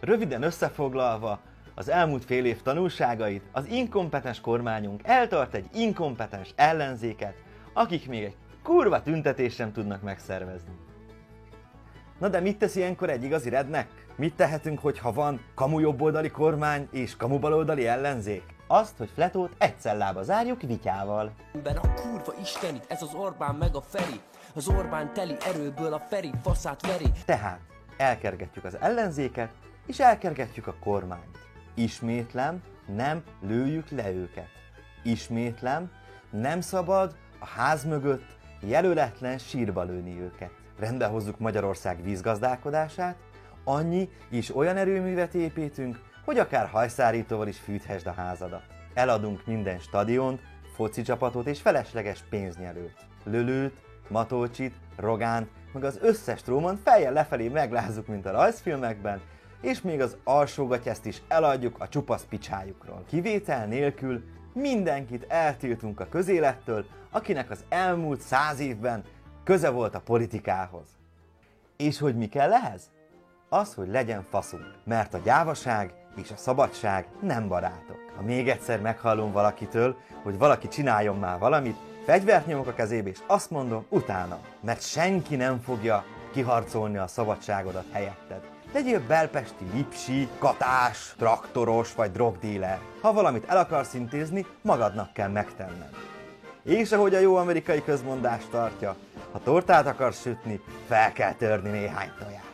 Röviden összefoglalva, az elmúlt fél év tanulságait, az inkompetens kormányunk eltart egy inkompetens ellenzéket, akik még egy kurva tüntetést sem tudnak megszervezni. Na de mit tesz ilyenkor egy igazi redneck? Mit tehetünk, hogyha van kamu jobboldali kormány és kamu baloldali ellenzék? Azt, hogy Fletót egy cellába zárjuk vityával. A kurva istenit, ez az Orbán meg a Feri. Az Orbán teli erőből, a Feri faszát veri. Tehát elkergetjük az ellenzéket, és elkergetjük a kormányt. Ismétlem, nem lőjük le őket. Ismétlem, nem szabad a ház mögött jelöletlen sírba lőni őket. Rendbe hozzuk Magyarország vízgazdálkodását, annyi és olyan erőművet építünk, hogy akár hajszárítóval is fűthesd a házadat. Eladunk minden stadiont, foci csapatot és felesleges pénznyelőt. Lölőt, Matolcsit, Rogánt, meg az összes trómont fejjel lefelé meglázzuk, mint a rajzfilmekben, és még az alsógatyászt is eladjuk a csupasz picsájukról. Kivétel nélkül mindenkit eltiltunk a közélettől, akinek az elmúlt 100 évben köze volt a politikához. És hogy mi kell ehhez? Az, hogy legyen faszunk, mert a gyávaság és a szabadság nem barátok. Ha még egyszer meghallom valakitől, hogy valaki csináljon már valamit, fegyvert nyomok a kezébe és azt mondom utána, mert senki nem fogja kiharcolni a szabadságodat helyetted. Legyél belpesti lipsi, katás, traktoros vagy drogdíler. Ha valamit el akarsz intézni, magadnak kell megtenned. És ahogy a jó amerikai közmondás tartja, ha tortát akarsz sütni, fel kell törni néhány tojást.